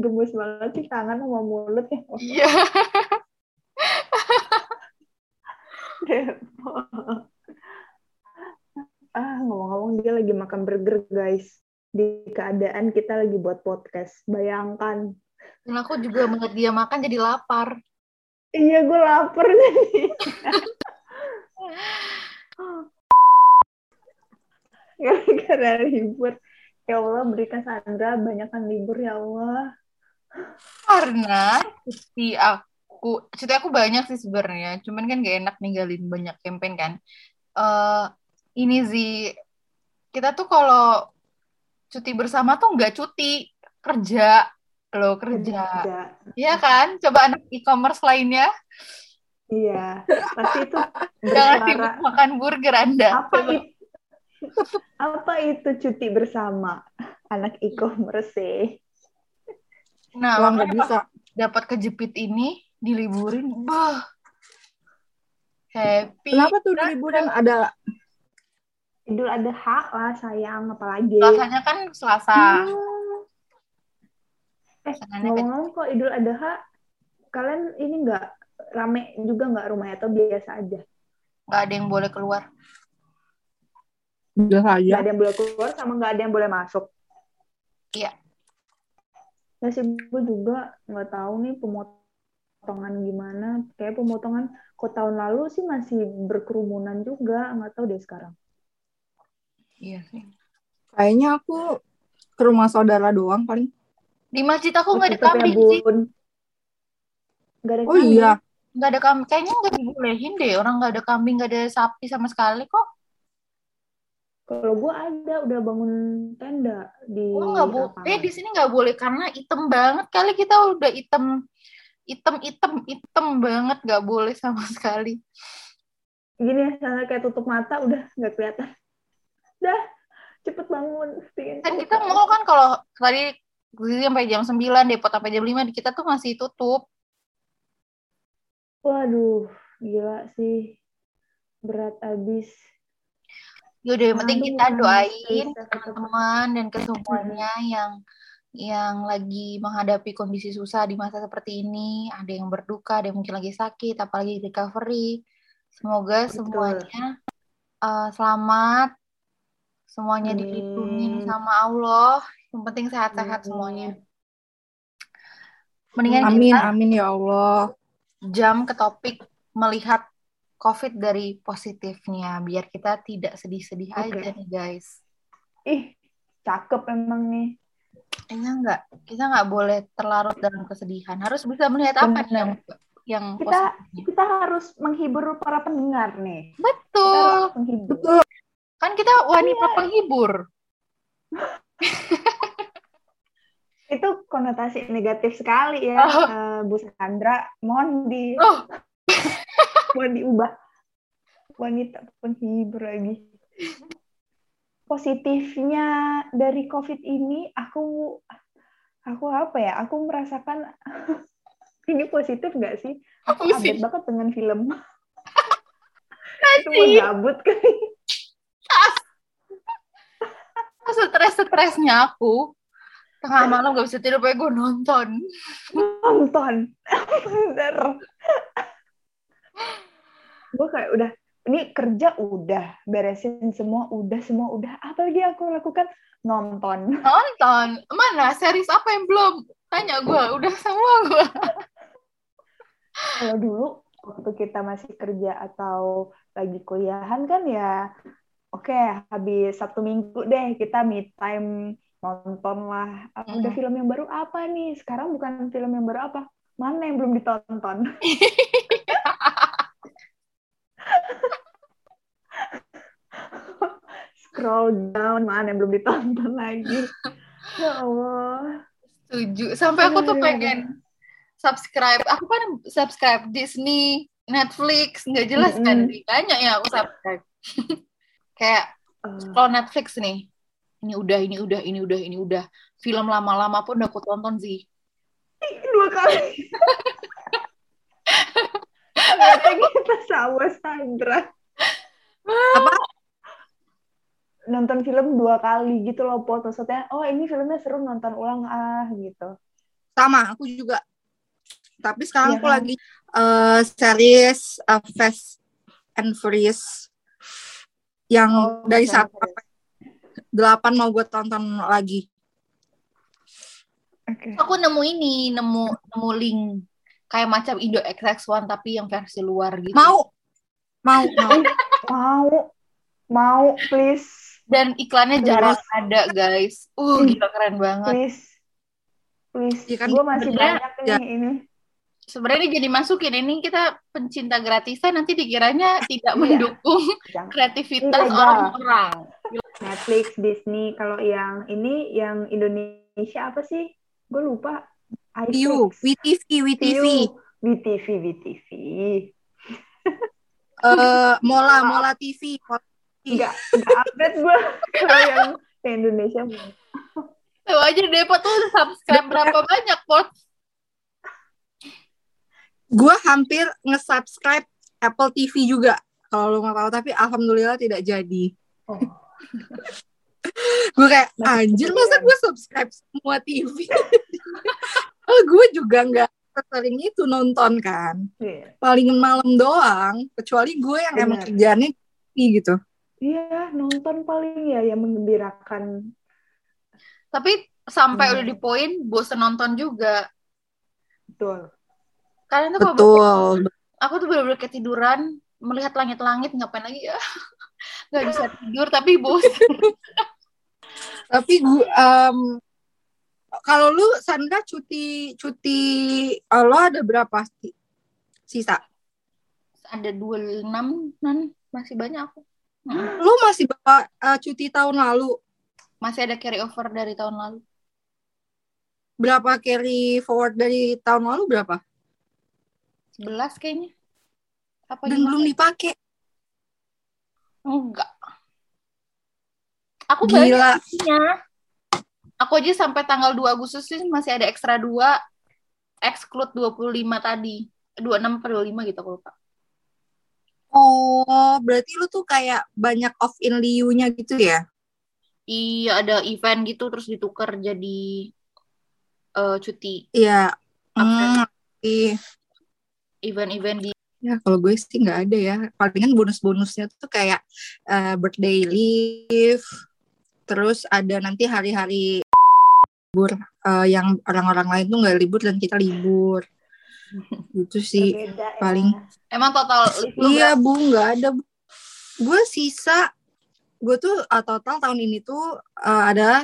gemes banget sih tangan sama mulut ya. Iya. Ngomong-ngomong dia lagi makan burger guys. Di keadaan kita lagi buat podcast. Bayangkan. Dan aku juga melihat dia makan jadi lapar. Iya, gue lapar nih. Gara-gara libur. Ya Allah, berikan Sandra banyakkan libur ya Allah. Karena cuti aku banyak sih sebenarnya. Cuman kan gak enak ninggalin banyak campaign kan. eh ini sih kita tuh kalau cuti bersama tuh nggak cuti, kerja loh, kerja. Kerja. Iya kan? Coba anak e-commerce lainnya Iya, pasti itu jangan bersuara. sibuk makan burger Anda. Apa Coba. itu? Apa itu cuti bersama anak e-commerce sih? Nah, Wah, nggak makanya pas bisa. dapat kejepit ini diliburin, bah, happy. Kenapa tuh diliburin? Ada Idul Adha lah sayang, apalagi. Rasanya kan Selasa. Senangnya Ngomong-ngomong kok Idul Adha, kalian ini nggak rame juga nggak rumahnya atau biasa aja? nggak ada yang boleh keluar. biasa Nggak aja. ada yang boleh keluar sama nggak ada yang boleh masuk. Iya. Ya sih, gue juga nggak tahu nih pemotongan gimana. Kayak pemotongan kok tahun lalu sih masih berkerumunan juga, nggak tahu deh sekarang. Iya sih. Kayaknya aku ke rumah saudara doang paling. Di masjid aku nggak ada Tutup ya, kambing sih. Bun. Nggak ada Oh kambing. iya, Nggak ada kambing. Kayaknya nggak dibolehin deh. Orang nggak ada kambing, nggak ada sapi sama sekali kok. Kalau gue ada, udah bangun tenda di Gua nggak boleh. lapangan. Di sini nggak boleh karena item banget. Kali kita udah item banget, nggak boleh sama sekali. Gini ya, sama kayak tutup mata udah nggak kelihatan. Dah, cepet bangun. Kan kita mau kan kalau tadi sampai jam 9, depot sampai jam 5 di kita tuh masih tutup. Waduh, gila sih. Berat abis. Yaudah, yang penting Aduh, kita doain bisa teman-teman dan ke semuanya yang lagi menghadapi kondisi susah di masa seperti ini. Ada yang berduka, ada yang mungkin lagi sakit, apalagi recovery. Semoga semuanya selamat, semuanya dilindungi sama Allah. Yang penting sehat-sehat semuanya. Mendingan amin, kita amin ya Allah. jam ke topik melihat COVID dari positifnya, biar kita tidak sedih-sedih aja nih guys. Ih, cakep emang nih. Kita nggak boleh terlarut dalam kesedihan. Harus bisa melihat apa yang positif. Kita harus menghibur para pendengar nih. Betul. Betul. Kan kita wanita penghibur. Itu konotasi negatif sekali ya, Bu Sandra. Mohon diubah. Wanita penghibur lagi. Positifnya dari COVID ini, aku apa ya? Aku merasakan ini positif nggak sih? Aku update banget dengan film. Itu mau gabut kali. Stres-stresnya aku. Tengah malam gak bisa tidur, gue nonton. Bener. Gue kayak udah, ini kerja udah, beresin semua udah. Apa lagi aku lakukan? Nonton. Mana? Series apa yang belum? Tanya gue, udah semua gue. Kalau dulu, waktu kita masih kerja atau lagi kuliahan kan ya, oke, habis Sabtu Minggu deh, kita me time nonton lah. Udah film yang baru apa nih? Sekarang bukan film yang baru apa? Mana yang belum ditonton? Scroll down, mana yang belum ditonton lagi. Ya Allah. Setuju. Sampai aku tuh pengen subscribe. Aku kan subscribe Disney, Netflix, nggak jelas kan? Banyak ya aku subscribe. Kayak kalau Netflix nih, ini udah. Film lama-lama pun udah aku tonton sih. 2 kali. Ternyata kita sama Sandra. Apa? Nonton film 2 kali gitu loh, Pot. Maksudnya, oh ini filmnya seru, nonton ulang gitu. Sama, aku juga. Tapi sekarang Iya aku kan? lagi series Fast and Furious yang dari Fast and 1 Furious. sampai 8 mau gue tonton lagi. Oke. Aku nemu link kayak macam Indo XX1 tapi yang versi luar gitu. Mau. Mau, please. Dan iklannya jarang ada, guys. Gila keren banget. Please. Iya kan, Gue masih sebenarnya banyak ya. nih ini. Sebenarnya ini jadi masukin, ini kita pencinta gratisan nanti dikiranya tidak Iya. mendukung Jangan. kreativitas Ilegal. orang-orang. Netflix, Disney. Kalau yang ini, yang Indonesia apa sih? Gue lupa. View, WTV. WTV. Mola TV. Nggak update gue kalau yang Indonesia. Tuh aja Depot tuh subscribe berapa banyak, Pot? Gue hampir nge-subscribe Apple TV juga, kalau lo nggak tahu, tapi alhamdulillah tidak jadi. Gue kayak, anjir masa gue subscribe semua TV? Gue juga nggak sering itu nonton kan. Paling malam doang, kecuali gue yang emang kerjaannya gitu. Iya, nonton paling ya yang menggembirakan. Tapi sampai udah di poin bosen nonton juga. Betul. Karena tuh Betul. Aku tuh bener-bener ketiduran melihat langit-langit, ngapain lagi ya? Nggak bisa tidur tapi bosen. Tapi gue kalau lu Sandra cuti lo ada berapa sisa? Ada 26 masih banyak aku. Lu masih bawa cuti tahun lalu? Masih ada carry over dari tahun lalu. Berapa carry forward dari tahun lalu berapa? 11 kayaknya. Apa dan belum dipakai? Enggak. Aku Gila. banyak. Aku aja sampai tanggal 2 Agustus sih masih ada ekstra 2, exclude 25 tadi. 26 per 25 gitu aku lupa. Oh, berarti lu tuh kayak banyak off in liu-nya gitu ya? Iya, ada event gitu terus ditukar jadi cuti. Iya. Event-event di. Ya, kalau gue sih nggak ada ya. Palingan bonus-bonusnya tuh kayak birthday leave, terus ada nanti hari-hari libur yang orang-orang lain tuh nggak libur dan kita libur. Gitu sih. Berbeda, paling. Ya. Emang total leave lu iya, berapa? Bu, nggak ada. Gue sisa, gue tuh total tahun ini tuh ada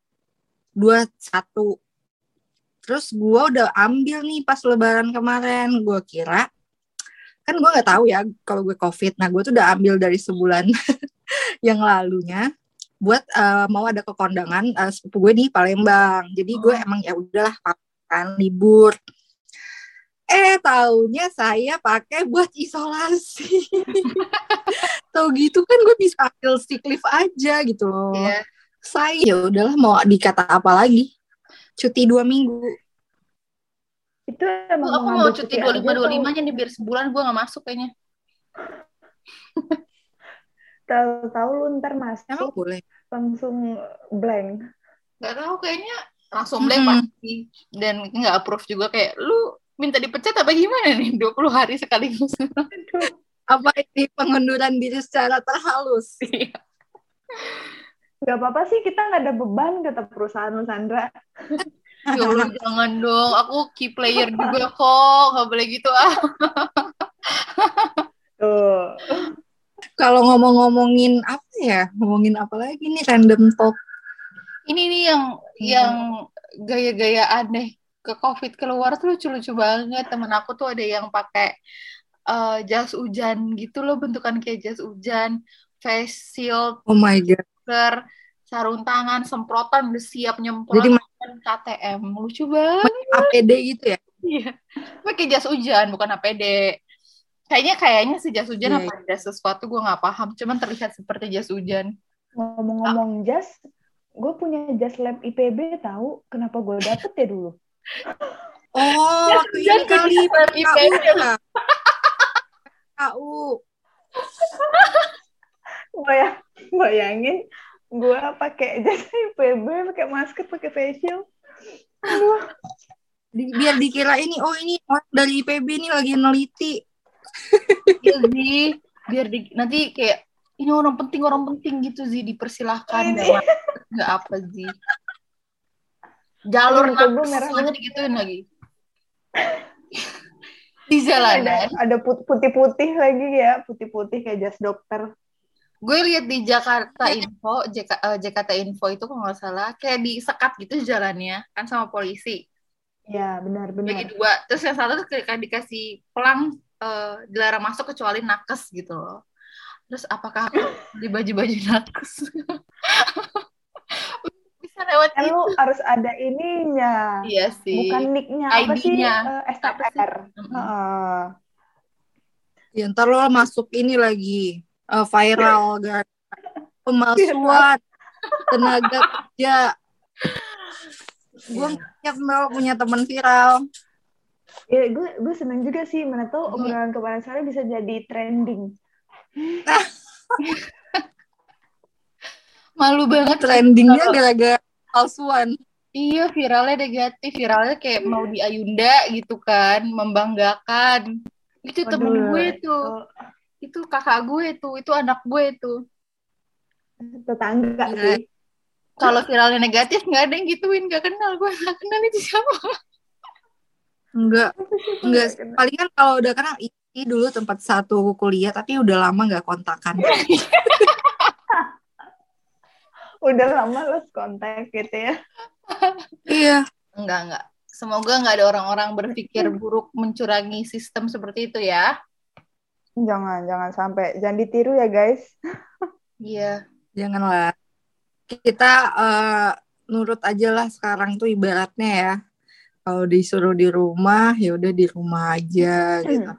21. Terus gue udah ambil nih pas lebaran kemarin. Gue kira, kan gue nggak tahu ya kalau gue COVID. Nah, gue tuh udah ambil dari sebulan yang lalunya buat mau ada kekondangan sepupu gue di Palembang. Jadi gue emang ya udahlah kan libur. Taunya saya pakai buat isolasi. Tahu gitu kan gue bisa ambil sick leave aja gitu loh. Yeah. Saya ya udahlah mau dikata apa lagi. Cuti 2 minggu. Itu emang aku mau cuti 25-25-nya nih biar sebulan gue gak masuk kayaknya. Tahu lu ntar masuk. Emang boleh? Langsung blank. Gak tahu kayaknya langsung blank pasti. Dan gak approve juga kayak lu minta dipecat apa gimana nih 20 hari sekaligus. Apa ini pengunduran diri secara terhalus? Gak apa-apa sih, kita gak ada beban kata perusahaan lu, Sandra. Ya Allah, jangan dong. Aku key player juga kok. Gak boleh gitu Tuh. Kalau ngomongin apa ya? Ngomongin apa lagi nih random talk? Ini nih yang gaya-gaya aneh ke COVID keluar tuh lucu-lucu banget. Temen aku tuh ada yang pakai jas hujan gitu loh, bentukan kayak jas hujan, face shield, oh my god, sarung tangan, semprotan udah siap nyemprot. Jadi KTM, lucu banget. APD gitu ya? Iya, pakai jas hujan bukan APD. Kayaknya si jas hujan apa ada sesuatu gue nggak paham, cuman terlihat seperti jas hujan. Ngomong-ngomong jas, gue punya jas lab IPB tahu, kenapa gue dapet ya dulu? Oh, waktu ini kali KU. Bayangin gue pakai jas IPB, pakai masker, pakai facial. Aduh. Biar dikira ini, oh ini orang dari IPB nih lagi neliti. Iya sih, biar nanti kayak ini orang penting gitu sih, dipersilahkan. Nggak apa sih. Jalur muka gue nakes merah lagi banget. digituin lagi. Di jalanan. Ada putih-putih lagi ya, putih-putih kayak jas dokter. Gue lihat di Jakarta Info, Jakarta Info itu kalau nggak salah kayak disekat gitu jalannya kan sama polisi. Ya, benar-benar. Bagi dua. Terus yang satu tuh kayak dikasih pelang dilarang masuk kecuali nakes gitu loh. Terus apakah aku di baju-baju nakes? Bisa lewat Kan itu. lu harus ada ininya. Iya sih. Bukan nick-nya, apa sih? ID-nya. STR. Ya, ntar lo masuk ini lagi viral kan, pemalsuan tenaga kerja. Gue punya teman viral. Ya, gue seneng juga sih, mana tahu obrolan kemarin sore bisa jadi trending. Malu banget trendingnya gara-gara palsuan. Iya, viralnya negatif, viralnya kayak mau di Ayunda gitu kan, membanggakan. Itu temen gue tuh, itu kakak gue tuh, itu anak gue tuh. Tetangga sih. Kalau viralnya negatif nggak ada yang gituin, nggak kenal, gue nggak kenal itu siapa. Enggak. Palingan kalau udah kenal, ini dulu tempat satu kuliah, tapi udah lama nggak kontakan. Udah lama lost kontak gitu ya. Iya. Enggak. Semoga nggak ada orang-orang berpikir buruk mencurangi sistem seperti itu ya. Jangan sampai. Jangan ditiru ya guys. Iya. Janganlah. Kita nurut aja lah sekarang tuh ibaratnya ya. Kalau disuruh di rumah, ya udah di rumah aja gitu.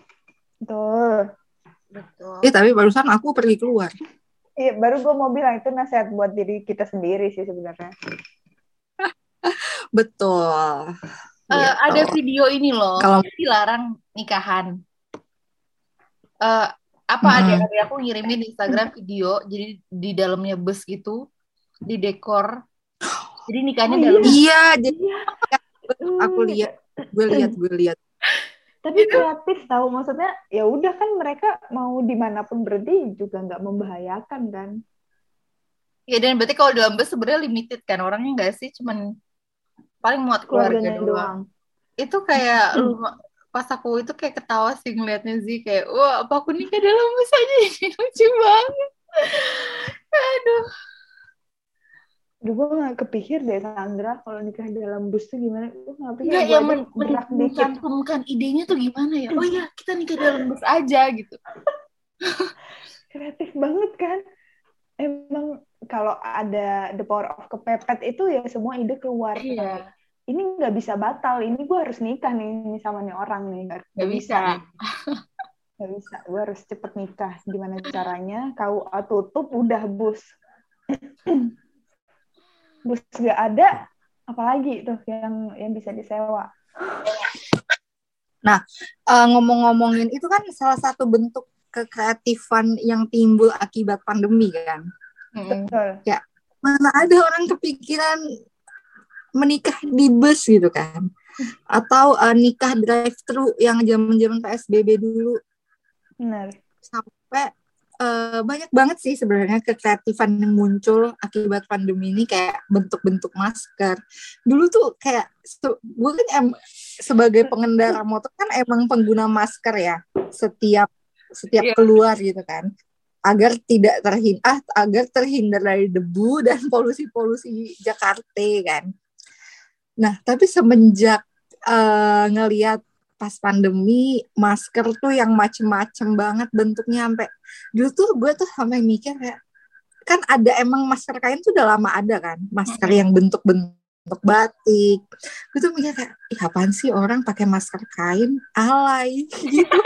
Betul. Tapi barusan aku pergi keluar. Iya, baru gue mau bilang itu nasihat buat diri kita sendiri sih sebenarnya. Betul. Ada video ini loh, kalau dilarang nikahan. Ada aku ngirimin di Instagram video, jadi di dalamnya bus gitu, di dekor. Jadi nikahnya dalam. Iya, jadi aku lihat, gue lihat. Tapi kreatif tahu, maksudnya ya udah kan mereka mau dimanapun berhenti juga nggak membahayakan kan. Ya dan berarti kalau dalam bus sebenarnya limited kan orangnya nggak sih, cuman paling muat keluarga doang. Itu kayak pas aku itu kayak ketawa sih ngeliatnya sih, kayak wah apa aku nikah dalam bus aja, ini lucu banget. Aduh. Gue gak kepikir deh Sandra kalau nikah dalam bus tuh gimana. Gue gak pikir. Nggak, ya mencantumkan idenya tuh gimana ya. Oh ya kita nikah dalam bus aja gitu. Kreatif banget kan. Emang kalau ada the power of kepepet itu ya semua ide keluar. Iya. Ini gak bisa batal. Ini gue harus nikah nih sama nih orang nih. Gak bisa. Gak bisa. Gue harus cepet nikah. Gimana caranya? KUA tutup udah bus. Bus nggak ada, apalagi tuh yang bisa disewa. Nah, ngomong-ngomongin itu kan salah satu bentuk kekreatifan yang timbul akibat pandemi kan. Betul. Ya, mana ada orang kepikiran menikah di bus gitu kan. Atau nikah drive-thru yang zaman-zaman PSBB dulu. Benar. Sampai banyak banget sih sebenarnya kekreatifan yang muncul akibat pandemi ini, kayak bentuk-bentuk masker. Dulu tuh kayak gue kan sebagai pengendara motor kan emang pengguna masker ya setiap keluar gitu kan, agar terhindar dari debu dan polusi Jakarta kan. Nah tapi semenjak ngelihat pas pandemi masker tuh yang macem-macem banget bentuknya, sampai dulu tuh gue tuh sampai mikir kayak kan ada emang masker kain tuh udah lama ada kan, masker yang bentuk batik. Gue tuh mikir kayak apaan sih orang pakai masker kain alay gitu.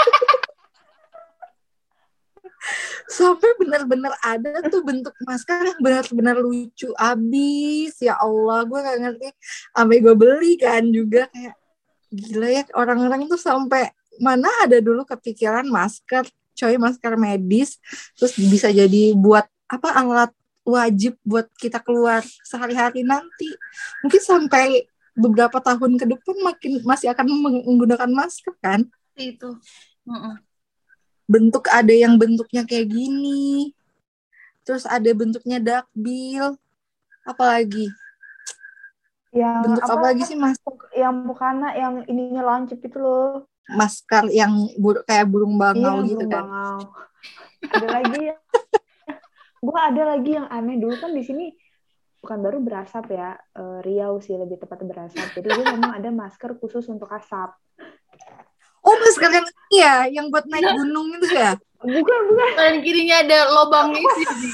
Sampai benar-benar ada tuh bentuk masker yang benar-benar lucu abis, ya Allah gue gak ngerti, sampai gue beli kan juga. Kayak gila ya orang-orang tuh sampai mana ada dulu kepikiran masker medis terus bisa jadi buat alat wajib buat kita keluar sehari-hari nanti. Mungkin sampai beberapa tahun ke depan masih akan menggunakan masker kan. Itu. Bentuk ada yang bentuknya kayak gini. Terus ada bentuknya duckbill. Apalagi? Bentuk apa lagi sih masker? Yang bukan yang ininya lancip itu loh. Masker yang kayak burung bangau gitu burung kan. Bangau. Ada lagi ya. Gue ada lagi yang aneh dulu kan di sini bukan baru berasap ya, Riau sih lebih tepatnya berasap. Jadi dia memang ada masker khusus untuk asap. Oh, masker yang ini ya, yang buat naik gunung itu ya? Bukan. Dan kirinya ada lubangnya sih.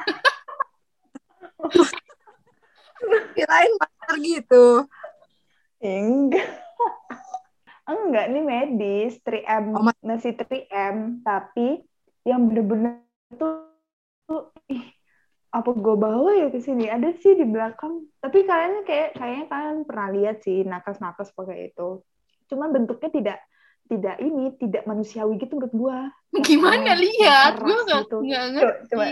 Kirain masker gitu. Enggak, ini medis, 3M, masih 3M, tapi yang bener-bener tuh apa gue bawa ya ke sini? Ada sih di belakang, tapi kayaknya kalian pernah lihat sih nakas-nakas pakai itu. Cuman bentuknya tidak manusiawi gitu menurut gue. Gimana lihat? Gue nggak gitu. ngerti. Coba.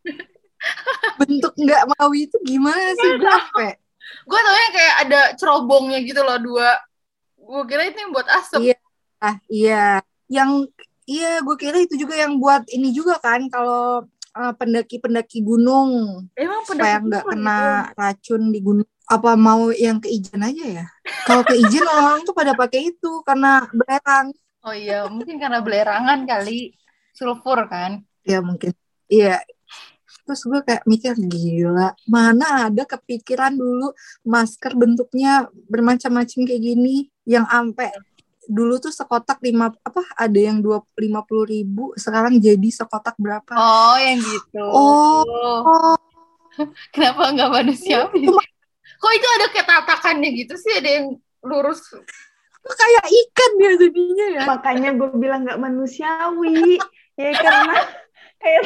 Bentuk nggak mau itu gimana sih? Gue taunya kayak ada cerobongnya gitu loh, 2. Gue kira itu yang buat asap. Iya. Gue kira itu juga yang buat ini juga kan, kalau pendaki-pendaki gunung. Emang supaya nggak kena racun di gunung. Apa mau yang ke Ijen aja ya? Kalau ke Ijen orang tuh pada pakai itu karena belerang. Oh iya, mungkin karena belerangan kali. Sulfur kan? Ya mungkin. Iya. Terus gue kayak mikir, gila, mana ada kepikiran dulu masker bentuknya bermacam-macam kayak gini, yang ampe dulu tuh sekotak ada yang 50.000, sekarang jadi sekotak berapa? Oh, yang gitu. Oh. Kenapa nggak manusiawi? Kok itu ada ketatakannya gitu sih, ada yang lurus? Kayak ikan ya jadinya ya. Makanya gue bilang nggak manusiawi, ya karena kayak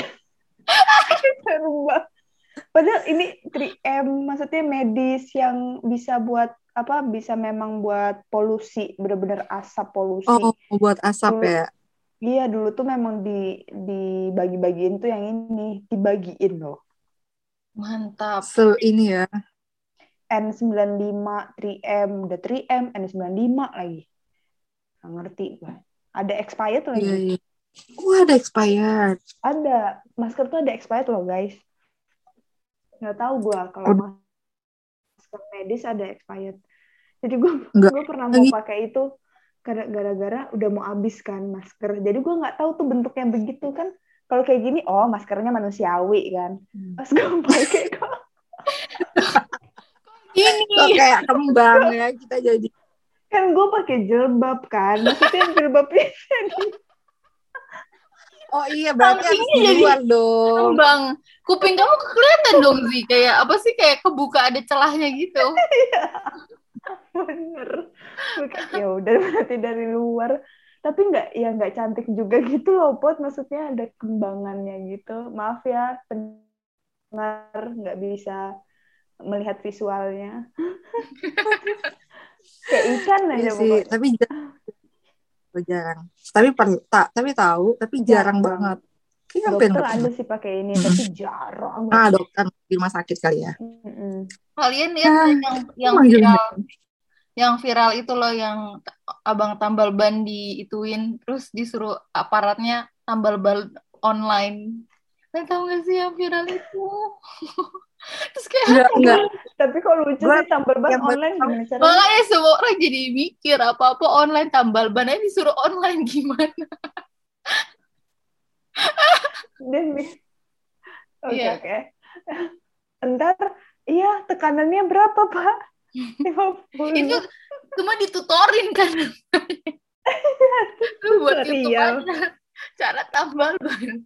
berubah. Padahal ini 3M, maksudnya medis yang bisa buat bisa memang buat polusi, benar-benar asap polusi. Oh, buat asap dulu, ya? Iya, dulu tuh memang dibagi-bagiin tuh yang ini, dibagiin loh. Mantap. Ini ya. N95, 3M, udah 3M, N95 lagi. Nggak ngerti gue. Ada expired lagi. Iya. Ada expired. Ada. Masker tuh ada expired loh, guys. Nggak tahu gue kalau masker medis ada expired. Jadi gue pernah mau pakai itu gara-gara udah mau habis kan masker. Jadi gue nggak tahu tuh bentuknya begitu kan. Kalau kayak gini, maskernya manusiawi kan. Pas gue pakai kok ini kayak kembang ya kita jadi. Kan gue pakai jilbab kan. Maksudnya jilbabnya jadi. Oh iya, berarti harus di luar dong. Bang, kuping kamu kelihatan dong sih, kayak apa sih, kayak kebuka ada celahnya gitu. Iya, bener. Ya udah berarti dari luar. Tapi nggak cantik juga gitu loh, Pot. Maksudnya ada kembangannya gitu. Maaf ya, pendengar nggak bisa melihat visualnya. Kayak ikan aja sih, tapi jarang. Tapi jarang banget. Dokter ada sih pakai ini, tapi jarang. Dokter di rumah sakit kali ya. Kalian lihat yang viral itu loh, yang abang tambal ban diituin, terus disuruh aparatnya tambal ban online. Kalian tahu nggak sih yang viral itu? Terus kayak enggak. Tapi kok lucu sih tambal ban online gimana caranya? Makanya semua orang jadi mikir apa-apa online, tambal ban aja disuruh online gimana? Oke. Entar, iya tekanannya berapa Pak? 50. Itu cuma ditutorin kan? Buat YouTube cara tambal ban.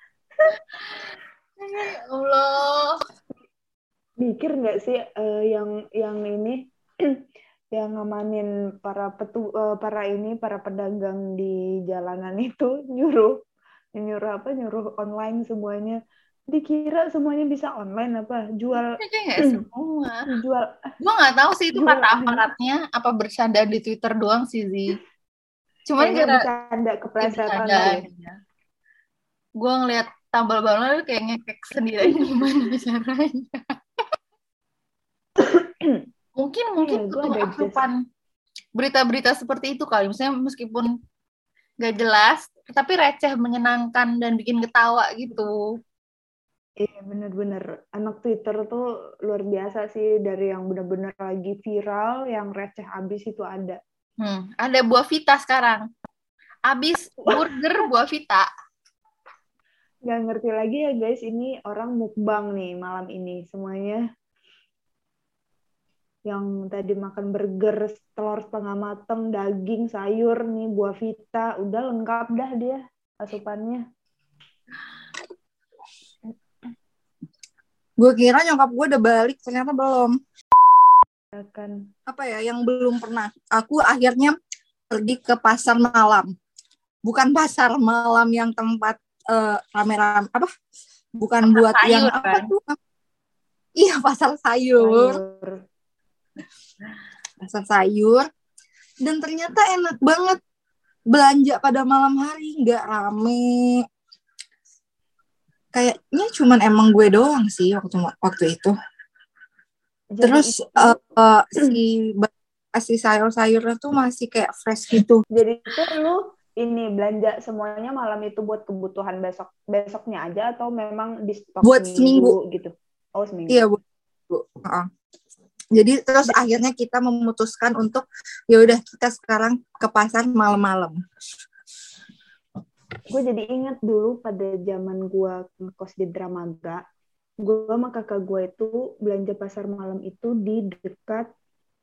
Ya Allah. Mikir nggak sih yang ini yang ngamanin para pedagang di jalanan itu nyuruh online semuanya. Dikira semuanya bisa online apa jual semua. Gue nggak tahu sih itu kata aparatnya apa bercanda di Twitter doang sih Zi. Cuman bercanda keplesetan ya. Gue ngeliat tambal ban kayak ngekek sendiri gimana caranya. Mungkin Iya, gua butuh ada asupan berita-berita seperti itu kali. Misalnya meskipun gak jelas, tapi receh, menyenangkan, dan bikin ketawa gitu. Iya, bener-bener. Anak Twitter tuh luar biasa sih. Dari yang bener-bener lagi viral, yang receh abis itu ada. Ada buah Vita sekarang. Abis burger buah Vita. Nggak ngerti lagi ya guys, ini orang mukbang nih malam ini. Semuanya yang tadi makan burger, telur setengah mateng, daging, sayur, nih buah Vita. Udah lengkap dah dia asupannya. Gue kira nyokap gue udah balik, ternyata belum. Kan. Apa ya yang belum pernah? Aku akhirnya pergi ke pasar malam. Bukan pasar malam yang tempat rame-rame apa? Bukan pasar buat sayur, yang apa kan? Tuh? Iya, pasar sayur. Pasar sayur. Dan ternyata enak banget belanja pada malam hari, nggak rame. Kayaknya cuman emang gue doang sih waktu itu. Jadi terus si sayur-sayurnya tuh masih kayak fresh gitu. Jadi itu lu ini belanja semuanya malam itu buat kebutuhan besoknya aja atau memang di stok buat seminggu gitu? Oh, seminggu. Iya, buat Jadi terus akhirnya kita memutuskan untuk ya udah kita sekarang ke pasar malam-malam. Gue jadi ingat dulu pada zaman gue ngekos di Dramaga, gue sama kakak gue itu belanja pasar malam itu di dekat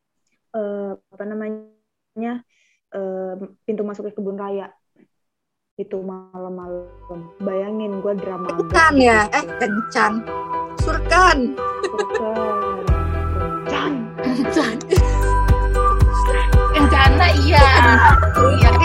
pintu masuk ke kebun raya. Itu malam-malam. Bayangin gue Dramaga. Bukan ya? Kencan. Surkan. Kencana iya.